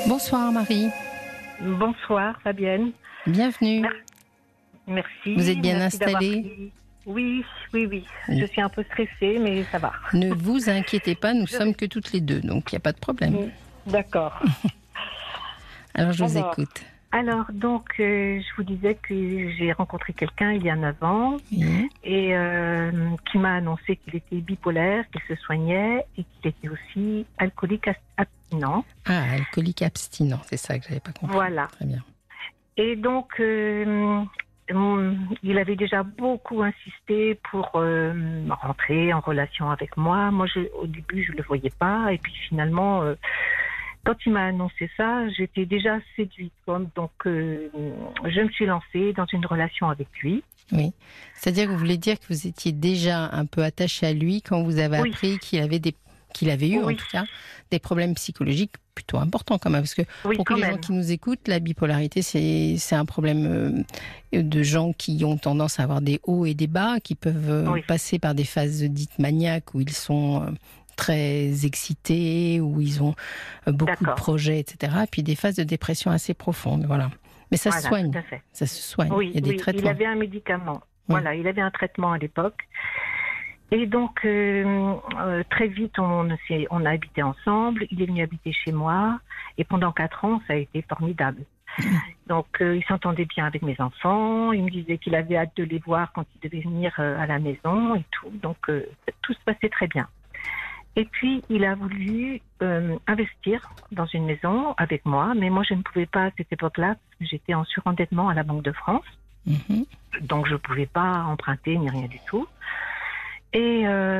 Bonsoir Marie. Bonsoir Fabienne. Bienvenue. Merci. Vous êtes bien Merci installée ? Oui. Je suis un peu stressée, mais ça va. Ne vous inquiétez pas, nous sommes que toutes les deux, donc il n'y a pas de problème. D'accord. Alors je vous écoute. Alors, donc, je vous disais que j'ai rencontré quelqu'un il y a 9 ans Oui. et qui m'a annoncé qu'il était bipolaire, qu'il se soignait et qu'il était aussi alcoolique abstinent. Ah, alcoolique abstinent, c'est ça que je n'avais pas compris. Voilà. Très bien. Et donc, il avait déjà beaucoup insisté pour rentrer en relation avec moi. Moi, au début, je ne le voyais pas. Et puis finalement, quand il m'a annoncé ça, j'étais déjà séduite. Donc, je me suis lancée dans une relation avec lui. Oui. C'est-à-dire que vous voulez dire que vous étiez déjà un peu attachée à lui quand vous avez appris qu'il avait eu, en tout cas, des problèmes psychologiques plutôt importants quand même. Parce que pour tous les gens qui nous écoutent, la bipolarité, c'est un problème de gens qui ont tendance à avoir des hauts et des bas, qui peuvent passer par des phases dites maniaques où ils sont très excités, où ils ont beaucoup de projets, etc. Et puis des phases de dépression assez profondes, voilà. Mais ça se soigne. Tout à fait. Ça se soigne. Oui, il y a des traitements. Il avait un médicament. Oui. Voilà, il avait un traitement à l'époque. Et donc, très vite, on a habité ensemble. Il est venu habiter chez moi. Et pendant 4 ans, ça a été formidable. Donc, il s'entendait bien avec mes enfants. Il me disait qu'il avait hâte de les voir quand il devait venir à la maison et tout. Donc, tout se passait très bien. Et puis, il a voulu investir dans une maison avec moi. Mais moi, je ne pouvais pas à cette époque-là, parce que j'étais en surendettement à la Banque de France. Mm-hmm. Donc, je ne pouvais pas emprunter ni rien du tout. Et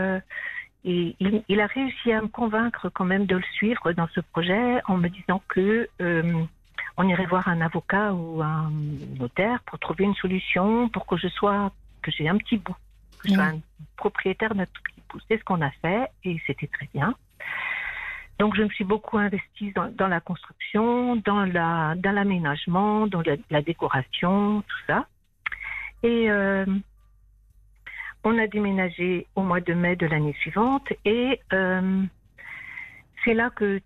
il a réussi à me convaincre quand même de le suivre dans ce projet en me disant que on irait voir un avocat ou un notaire pour trouver une solution pour que j'ai un petit bout, que je sois un propriétaire d'un tout petit bout. C'est ce qu'on a fait et c'était très bien. Donc je me suis beaucoup investie dans la construction, dans l'aménagement, dans la décoration, tout ça. Et on a déménagé au mois de mai de l'année suivante et c'est là que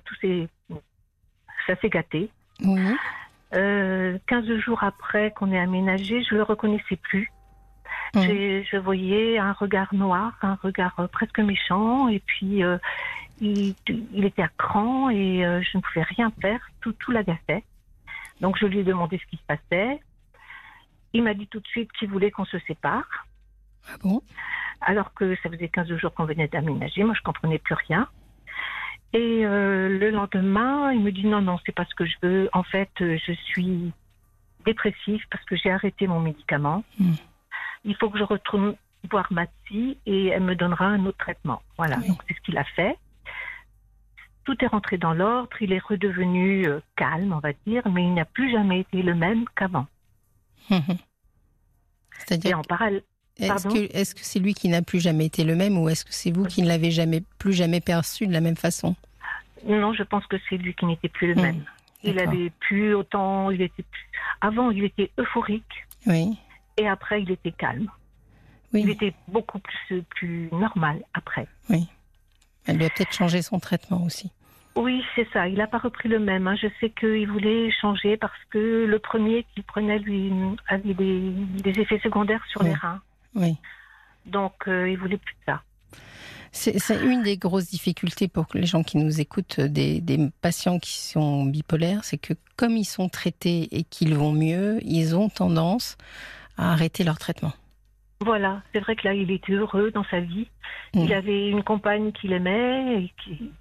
ça s'est gâté. Oui. 15 jours après qu'on ait aménagé, je ne le reconnaissais plus. Je voyais un regard noir, un regard presque méchant et puis il était à cran et je ne pouvais rien faire, tout l'agaçait. Donc je lui ai demandé ce qui se passait. Il m'a dit tout de suite qu'il voulait qu'on se sépare. Ah bon ? Alors que ça faisait 15 jours qu'on venait d'aménager, moi je comprenais plus rien. Et le lendemain, il me dit non, c'est pas ce que je veux. En fait, je suis dépressive parce que j'ai arrêté mon médicament. Il faut que je retourne voir ma psy et elle me donnera un autre traitement. Voilà, donc c'est ce qu'il a fait. Tout est rentré dans l'ordre, il est redevenu calme, on va dire, mais il n'a plus jamais été le même qu'avant. C'est-à-dire, et en parallèle, est-ce que c'est lui qui n'a plus jamais été le même ou est-ce que c'est vous qui ne l'avez plus jamais perçu de la même façon ? Non, je pense que c'est lui qui n'était plus le même. Il avait plus autant, avant il était euphorique. Oui. Et après il était calme. Oui. Il était beaucoup plus normal après. Oui. Elle lui a peut-être changé son traitement aussi. Oui, c'est ça. Il n'a pas repris le même. Je sais qu'il voulait changer parce que le premier qu'il prenait lui avait des effets secondaires sur les reins. Oui. Donc, il voulait plus de ça. C'est une des grosses difficultés pour les gens qui nous écoutent, des patients qui sont bipolaires, c'est que comme ils sont traités et qu'ils vont mieux, ils ont tendance à arrêter leur traitement. Voilà, c'est vrai que là, il était heureux dans sa vie. Il avait une compagne qu'il aimait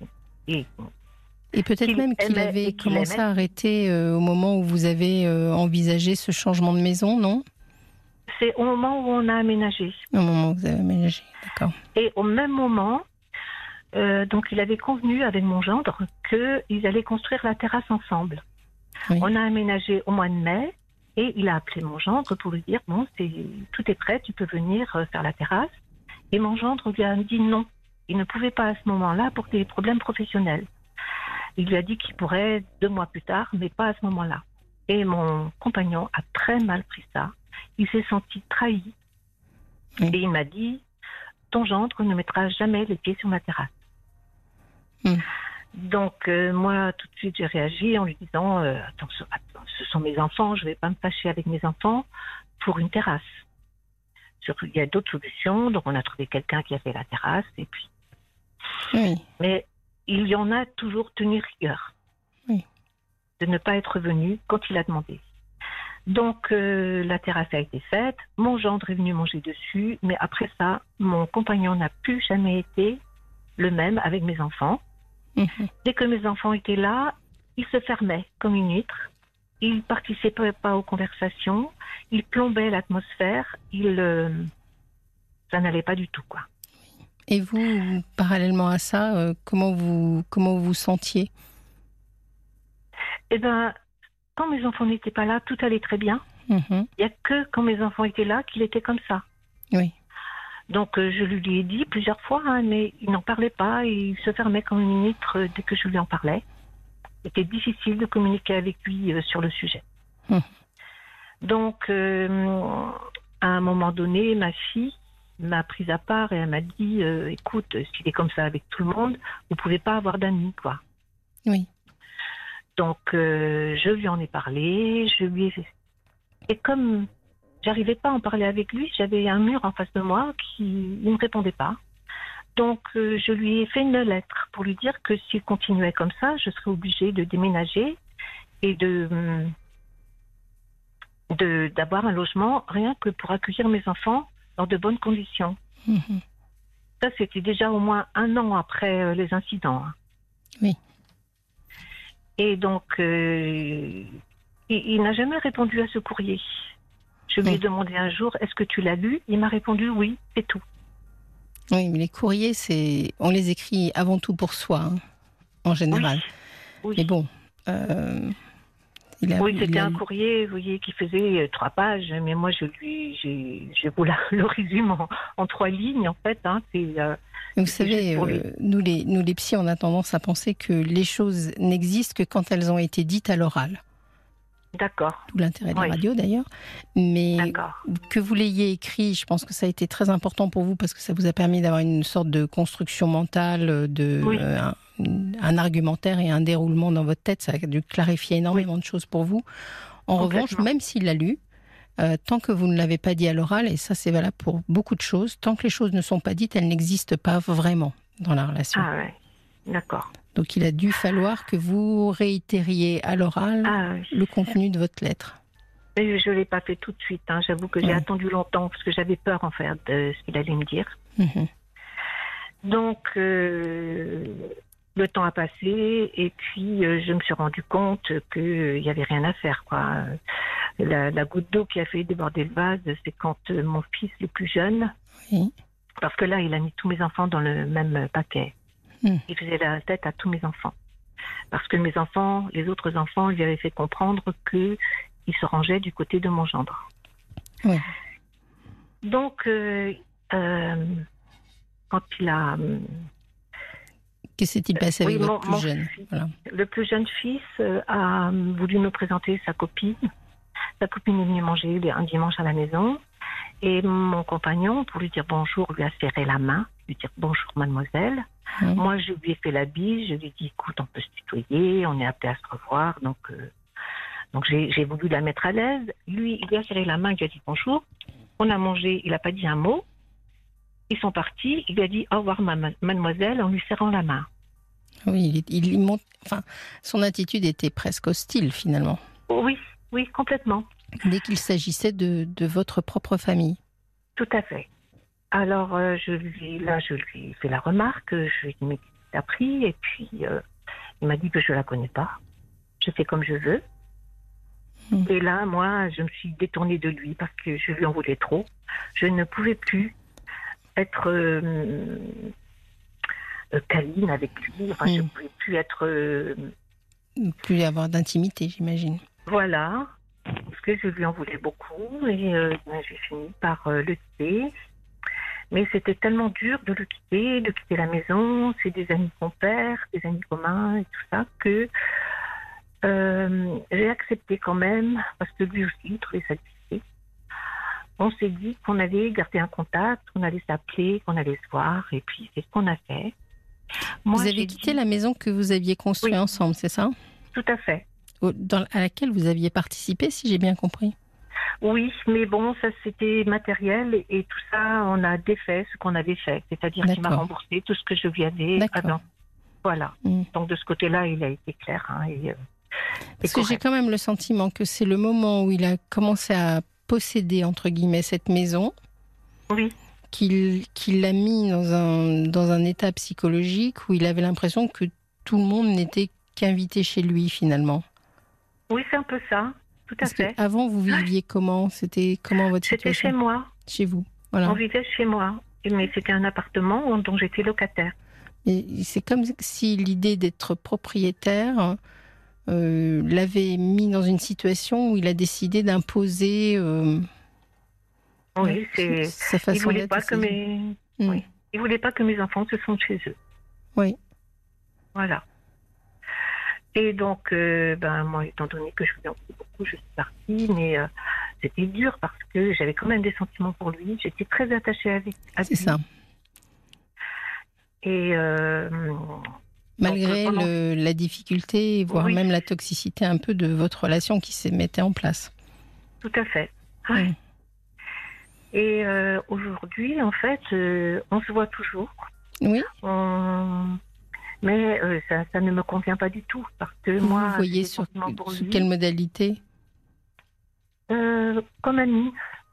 et peut-être même qu'il avait commencé à arrêter au moment où vous avez envisagé ce changement de maison, non ? C'est au moment où on a aménagé. Au moment où vous avez aménagé, d'accord. Et au même moment, donc il avait convenu avec mon gendre qu'ils allaient construire la terrasse ensemble. Oui. On a aménagé au mois de mai et il a appelé mon gendre pour lui dire bon, tout est prêt, tu peux venir faire la terrasse. Et mon gendre lui a dit non. Il ne pouvait pas à ce moment-là pour des problèmes professionnels. Il lui a dit qu'il pourrait 2 mois plus tard, mais pas à ce moment-là. Et mon compagnon a très mal pris ça. Il s'est senti trahi. Oui. Et il m'a dit ton gendre ne mettra jamais les pieds sur ma terrasse. Donc, moi, tout de suite, j'ai réagi en lui disant attention, ce sont mes enfants, je ne vais pas me fâcher avec mes enfants pour une terrasse. Surtout, il y a d'autres solutions, donc on a trouvé quelqu'un qui a fait la terrasse, et puis. Oui. Mais il y en a toujours tenu rigueur. Oui. De ne pas être venu quand il a demandé. Donc, la terrasse a été faite, mon gendre est venu manger dessus, mais après ça, mon compagnon n'a plus jamais été le même avec mes enfants. Dès que mes enfants étaient là, il se fermait comme une huître. Il ne participait pas aux conversations. Il plombait l'atmosphère. Ça n'allait pas du tout, quoi. Et vous, parallèlement à ça, comment vous sentiez? Eh bien, quand mes enfants n'étaient pas là, tout allait très bien. Il n'y a que quand mes enfants étaient là qu'il était comme ça. Oui. Donc, je lui ai dit plusieurs fois, mais il n'en parlait pas et il se fermait comme une huître dès que je lui en parlais. C'était difficile de communiquer avec lui sur le sujet. Donc, à un moment donné, ma fille m'a prise à part et elle m'a dit écoute, s'il est comme ça avec tout le monde, vous ne pouvez pas avoir d'amis, quoi. Oui. Donc, je lui en ai parlé, et comme j'arrivais pas à en parler avec lui, j'avais un mur en face de moi qui ne me répondait pas. Donc, je lui ai fait une lettre pour lui dire que s'il continuait comme ça, je serais obligée de déménager et d'avoir un logement rien que pour accueillir mes enfants dans de bonnes conditions. Ça, c'était déjà au moins 1 an après les incidents. Oui. Et donc, il n'a jamais répondu à ce courrier. Je lui ai demandé un jour, est-ce que tu l'as lu? Il m'a répondu oui, c'est tout. Oui, mais les courriers, on les écrit avant tout pour soi, en général. Oui. Mais bon, c'était un courrier, vous voyez, qui faisait 3 pages, mais moi, je vous le résume en 3 lignes, en fait. Vous savez, nous les psys, on a tendance à penser que les choses n'existent que quand elles ont été dites à l'oral. D'accord. Tout l'intérêt de la radio, d'ailleurs. Mais que vous l'ayez écrit, je pense que ça a été très important pour vous parce que ça vous a permis d'avoir une sorte de construction mentale, un argumentaire et un déroulement dans votre tête. Ça a dû clarifier énormément de choses pour vous. En revanche, même s'il l'a lu, tant que vous ne l'avez pas dit à l'oral, et ça c'est valable pour beaucoup de choses, tant que les choses ne sont pas dites, elles n'existent pas vraiment dans la relation. Ah ouais, d'accord. Donc il a dû falloir que vous réitériez à l'oral le contenu de votre lettre. Mais je ne l'ai pas fait tout de suite. J'avoue que j'ai attendu longtemps parce que j'avais peur en fait de ce qu'il allait me dire. Donc le temps a passé et puis je me suis rendu compte qu'il n'y avait rien à faire, quoi. La goutte d'eau qui a fait déborder le vase, c'est quand mon fils le plus jeune, parce que là il a mis tous mes enfants dans le même paquet. Il faisait la tête à tous mes enfants. Parce que les autres enfants lui avaient fait comprendre qu'il se rangeait du côté de mon gendre. Oui. Donc, quand il a... Que s'est-il passé avec votre plus jeune Le plus jeune fils a voulu me présenter sa copine. Sa copine est venue manger un dimanche à la maison. Et mon compagnon, pour lui dire bonjour, lui a serré la main, lui dire bonjour mademoiselle. Moi, je lui ai fait la bise, je lui ai dit écoute, on peut se tutoyer, on est appelé à se revoir. Donc j'ai voulu la mettre à l'aise. Lui, il lui a serré la main, il lui a dit bonjour. On a mangé, il n'a pas dit un mot. Ils sont partis, il lui a dit au revoir mademoiselle en lui serrant la main. Oui, son attitude était presque hostile finalement. Oui, complètement. Dès qu'il s'agissait de votre propre famille. Tout à fait. Alors, je lui ai fait la remarque, je lui ai dit, mais qui t'a pris? Et puis, il m'a dit que je la connais pas. Je fais comme je veux. Et là, moi, je me suis détournée de lui parce que je lui en voulais trop. Je ne pouvais plus être câline avec lui. Enfin, je ne pouvais plus être... plus avoir d'intimité, j'imagine. Voilà. Parce que je lui en voulais beaucoup. Et j'ai fini par le quitter. Mais c'était tellement dur de quitter la maison. C'est des amis qu'on perd, des amis communs et tout ça, que j'ai accepté quand même, parce que lui aussi, il trouvait ça difficile. On s'est dit qu'on allait garder un contact, qu'on allait s'appeler, qu'on allait se voir, et puis c'est ce qu'on a fait. Vous avez quitté la maison que vous aviez construite ensemble, c'est ça? Tout à fait. À laquelle vous aviez participé, si j'ai bien compris? Oui, mais bon, ça c'était matériel et tout ça, on a défait ce qu'on avait fait. C'est-à-dire qu'il m'a remboursé tout ce que je lui avais avant. Voilà. Donc de ce côté-là, il a été clair. Parce que j'ai quand même le sentiment que c'est le moment où il a commencé à posséder, entre guillemets, cette maison. Oui. Qu'il l'a mis dans un état psychologique où il avait l'impression que tout le monde n'était qu'invité chez lui, finalement. Oui, c'est un peu ça. Tout à fait. Avant, vous viviez comment? C'était comment votre situation? C'était chez moi. Chez vous, voilà. On vivait chez moi, mais c'était un appartement dont j'étais locataire. Et c'est comme si l'idée d'être propriétaire l'avait mis dans une situation où il a décidé d'imposer sa façon d'être. Il voulait pas que mes enfants se sentent chez eux. Oui. Voilà. Et donc, moi, étant donné que je faisais beaucoup, je suis partie, mais c'était dur parce que j'avais quand même des sentiments pour lui. J'étais très attachée à lui. C'est ça. Et malgré la difficulté, voire même la toxicité un peu de votre relation qui se mettait en place. Tout à fait. Oui. Et aujourd'hui, en fait, on se voit toujours. Oui. Mais ça ne me convient pas du tout parce que moi, vous voyez sous quelle modalité? Comme ami.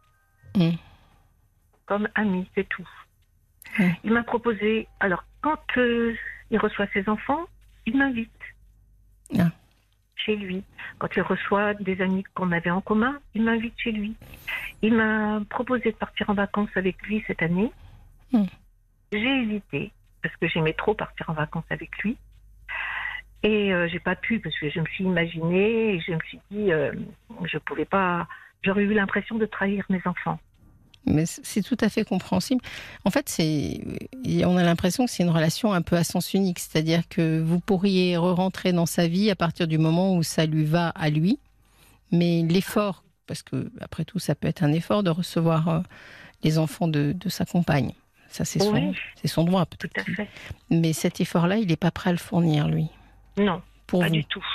Comme ami, c'est tout. Il m'a proposé. Alors, quand il reçoit ses enfants, il m'invite chez lui. Quand il reçoit des amis qu'on avait en commun, il m'invite chez lui. Il m'a proposé de partir en vacances avec lui cette année. J'ai hésité parce que j'aimais trop partir en vacances avec lui. Et j'ai pas pu parce que je me suis imaginée et je me suis dit je pouvais pas. J'aurais eu l'impression de trahir mes enfants. Mais c'est tout à fait compréhensible. En fait, on a l'impression que c'est une relation un peu à sens unique. C'est-à-dire que vous pourriez re-rentrer dans sa vie à partir du moment où ça lui va à lui. Mais l'effort, parce que après tout, ça peut être un effort de recevoir les enfants de sa compagne. Ça, c'est son droit, peut-être. Tout à fait. Mais cet effort-là, il n'est pas prêt à le fournir, lui. Non, pas du tout.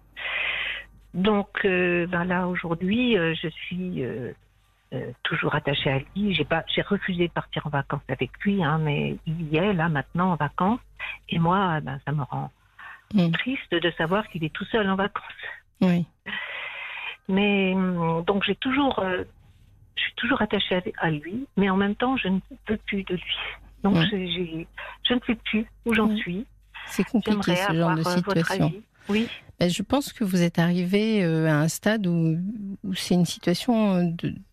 Donc, là, aujourd'hui, je suis toujours attachée à lui. J'ai refusé de partir en vacances avec lui, mais il y est, là, maintenant, en vacances. Et moi, ça me rend triste de savoir qu'il est tout seul en vacances. Oui. Mais, donc, je suis toujours attachée à lui, mais en même temps, je ne peux plus de lui. Donc, je ne sais plus où j'en suis. C'est compliqué, ce genre de situation. Oui. Je pense que vous êtes arrivé à un stade où c'est une situation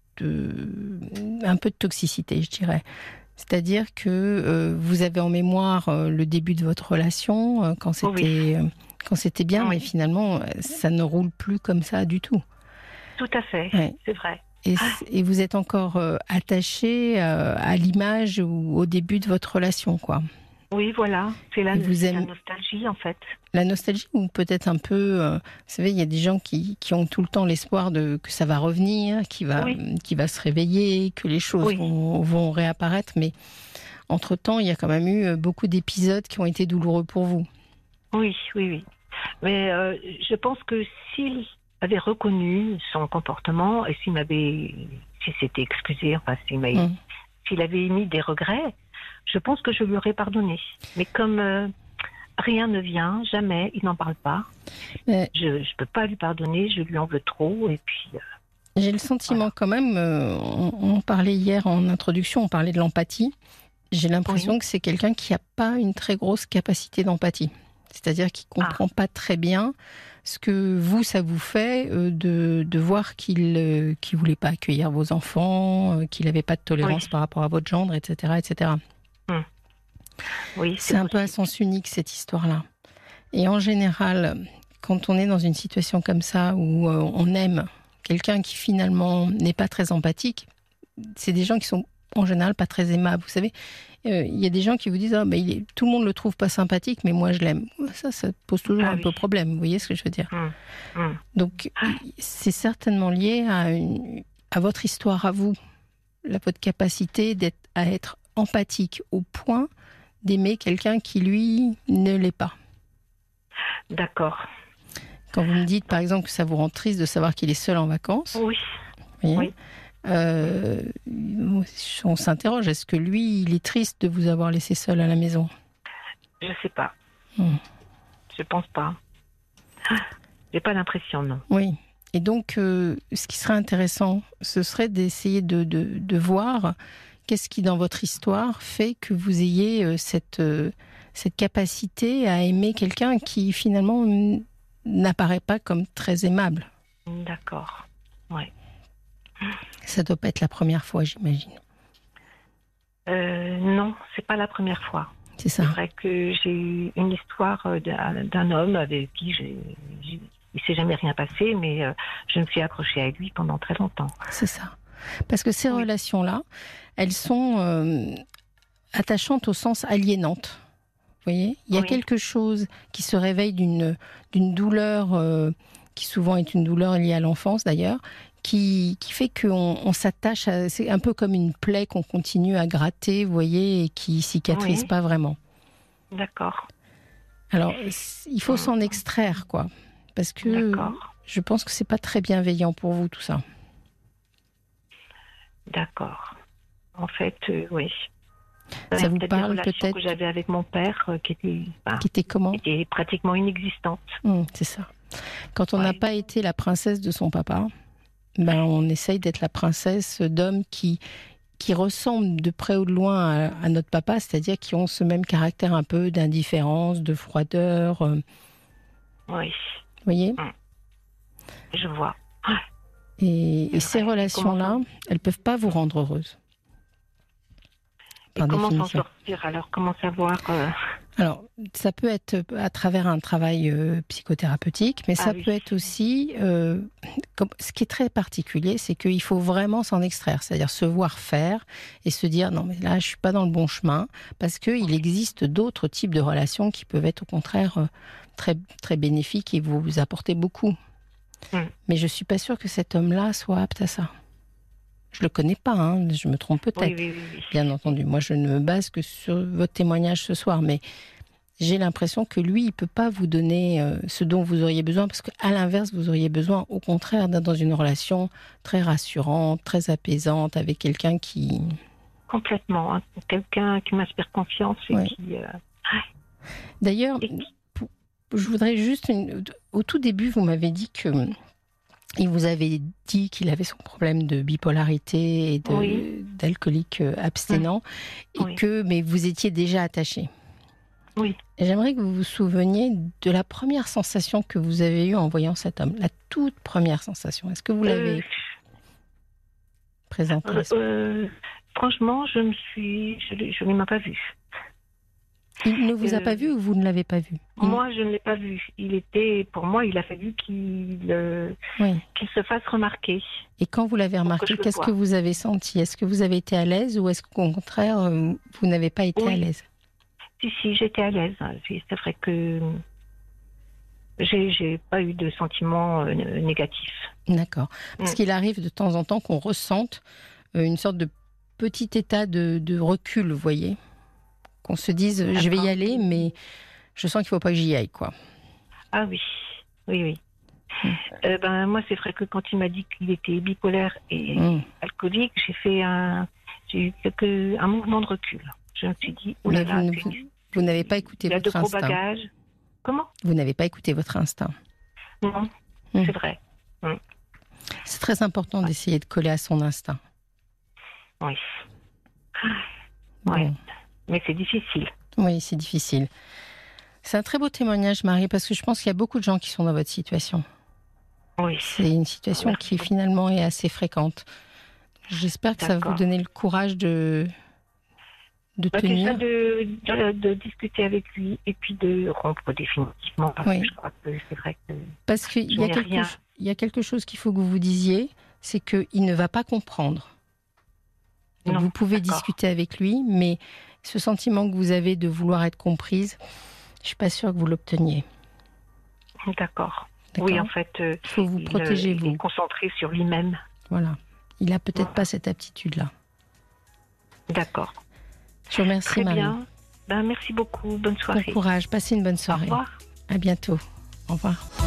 un peu de toxicité, je dirais. C'est-à-dire que vous avez en mémoire le début de votre relation, quand c'était bien, mais finalement, ça ne roule plus comme ça du tout. Tout à fait, c'est vrai. Et vous êtes encore attaché à l'image ou au début de votre relation, quoi. Oui, voilà. C'est la nostalgie, en fait. La nostalgie, ou peut-être un peu... vous savez, il y a des gens qui ont tout le temps l'espoir que ça va revenir, qui va se réveiller, que les choses vont réapparaître. Mais entre-temps, il y a quand même eu beaucoup d'épisodes qui ont été douloureux pour vous. Oui. Mais je pense que s'il avait reconnu son comportement et s'il s'était excusé, enfin, s'il avait émis des regrets, je pense que je lui aurais pardonné. Mais comme rien ne vient, jamais, il n'en parle pas. Je ne peux pas lui pardonner, je lui en veux trop. Et puis, j'ai le sentiment quand même, on parlait hier en introduction, on parlait de l'empathie. J'ai l'impression que c'est quelqu'un qui n'a pas une très grosse capacité d'empathie. C'est-à-dire qu'il ne comprend pas très bien ce que ça vous fait de voir qu'il ne voulait pas accueillir vos enfants, qu'il n'avait pas de tolérance par rapport à votre gendre, etc. etc. Oui, c'est un peu à sens unique, cette histoire-là. Et en général, quand on est dans une situation comme ça, où on aime quelqu'un qui finalement n'est pas très empathique, c'est des gens qui sont en général pas très aimables. Vous savez, il y a des gens qui vous disent tout le monde le trouve pas sympathique, mais moi je l'aime. Ça pose toujours un peu problème. Vous voyez ce que je veux dire? Donc, c'est certainement lié à votre histoire à vous, votre capacité à être empathique au point d'aimer quelqu'un qui, lui, ne l'est pas. D'accord. Quand vous me dites, par exemple, que ça vous rend triste de savoir qu'il est seul en vacances. Oui. Vous voyez, on s'interroge, est-ce que lui, il est triste de vous avoir laissé seul à la maison? Je sais pas. Je pense pas. J'ai pas l'impression, non. Oui. Et donc, ce qui serait intéressant, ce serait d'essayer de voir qu'est-ce qui, dans votre histoire, fait que vous ayez cette capacité à aimer quelqu'un qui, finalement, n'apparaît pas comme très aimable. D'accord. Ouais. Ça doit pas être la première fois, j'imagine. Non, c'est pas la première fois. C'est ça. C'est vrai que j'ai eu une histoire d'un homme avec qui il s'est jamais rien passé, mais je me suis accrochée à lui pendant très longtemps. C'est ça. Parce que ces relations-là, elles sont attachantes au sens aliénantes. Vous voyez, il y a quelque chose qui se réveille d'une douleur qui souvent est une douleur liée à l'enfance d'ailleurs, qui fait qu'on s'attache à... C'est un peu comme une plaie qu'on continue à gratter, vous voyez, et qui cicatrise pas vraiment. D'accord. Alors, il faut s'en extraire, quoi. Parce que je pense que c'est pas très bienveillant pour vous, tout ça. D'accord. En fait, oui. Ça vous parle peut-être que j'avais avec mon père qui était comment? Qui était pratiquement inexistante. C'est ça. Quand on n'a pas été la princesse de son papa, on essaye d'être la princesse d'hommes qui ressemblent de près ou de loin à notre papa, c'est-à-dire qui ont ce même caractère un peu d'indifférence, de froideur. Oui. Vous voyez? Je vois. Et ces relations-là, elles ne peuvent pas vous rendre heureuse. Et comment s'en sortir alors? Comment savoir Alors, ça peut être à travers un travail psychothérapeutique, mais ça peut être aussi... ce qui est très particulier, c'est qu'il faut vraiment s'en extraire, c'est-à-dire se voir faire et se dire « Non, mais là, je ne suis pas dans le bon chemin », parce qu'il existe d'autres types de relations qui peuvent être au contraire très, très bénéfiques et vous apporter beaucoup. Mais je ne suis pas sûre que cet homme-là soit apte à ça. Je ne le connais pas, hein, je me trompe peut-être, bien entendu. Moi, je ne me base que sur votre témoignage ce soir, mais j'ai l'impression que lui, il ne peut pas vous donner ce dont vous auriez besoin, parce qu'à l'inverse, vous auriez besoin, au contraire, d'être dans une relation très rassurante, très apaisante, avec quelqu'un qui... Complètement, hein, quelqu'un qui m'inspire confiance et qui... D'ailleurs, je voudrais juste... Au tout début, vous m'avez dit que... Il vous avait dit qu'il avait son problème de bipolarité et d'alcoolique abstinent, mais vous étiez déjà attaché. Oui. J'aimerais que vous vous souveniez de la première sensation que vous avez eue en voyant cet homme, la toute première sensation. Est-ce que vous l'avez présentée? Franchement, je ne l'ai même pas vu. Il ne vous a pas vu ou vous ne l'avez pas vu? Moi, je ne l'ai pas vu. Pour moi, il a fallu qu'il se fasse remarquer. Et quand vous l'avez remarqué, qu'est-ce que vous avez senti? Est-ce que vous avez été à l'aise ou est-ce qu'au contraire, vous n'avez pas été à l'aise? Si, j'étais à l'aise. C'est vrai que j'ai pas eu de sentiments négatifs. D'accord. Parce qu'il arrive de temps en temps qu'on ressente une sorte de petit état de recul, vous voyez? Qu'on se dise, je vais y aller, mais je sens qu'il ne faut pas que j'y aille, quoi. Ah oui. Moi, c'est vrai que quand il m'a dit qu'il était bipolaire et alcoolique, j'ai eu un mouvement de recul. Je me suis dit, vous n'avez pas écouté votre instinct. Il y a de gros bagages. Comment? Vous n'avez pas écouté votre instinct. Non, c'est vrai. C'est très important d'essayer de coller à son instinct. Oui. Ouais. Mais c'est difficile. Oui, c'est difficile. C'est un très beau témoignage, Marie, parce que je pense qu'il y a beaucoup de gens qui sont dans votre situation. Oui. C'est une situation qui finalement est assez fréquente. J'espère que ça va vous donner le courage de tenir. De discuter avec lui et puis de rompre définitivement. Parce que je crois que c'est vrai que... Parce qu'il y a quelque chose qu'il faut que vous vous disiez, c'est qu'il ne va pas comprendre. Donc vous pouvez discuter avec lui, mais ce sentiment que vous avez de vouloir être comprise, je ne suis pas sûre que vous l'obteniez. D'accord. Oui, en fait, il faut vous protéger, il est concentré sur lui-même. Voilà. Il n'a peut-être pas cette aptitude-là. D'accord. Je vous remercie, Marie. Très bien. Ben, merci beaucoup. Bonne soirée. Bon courage. Passez une bonne soirée. Au revoir. À bientôt. Au revoir.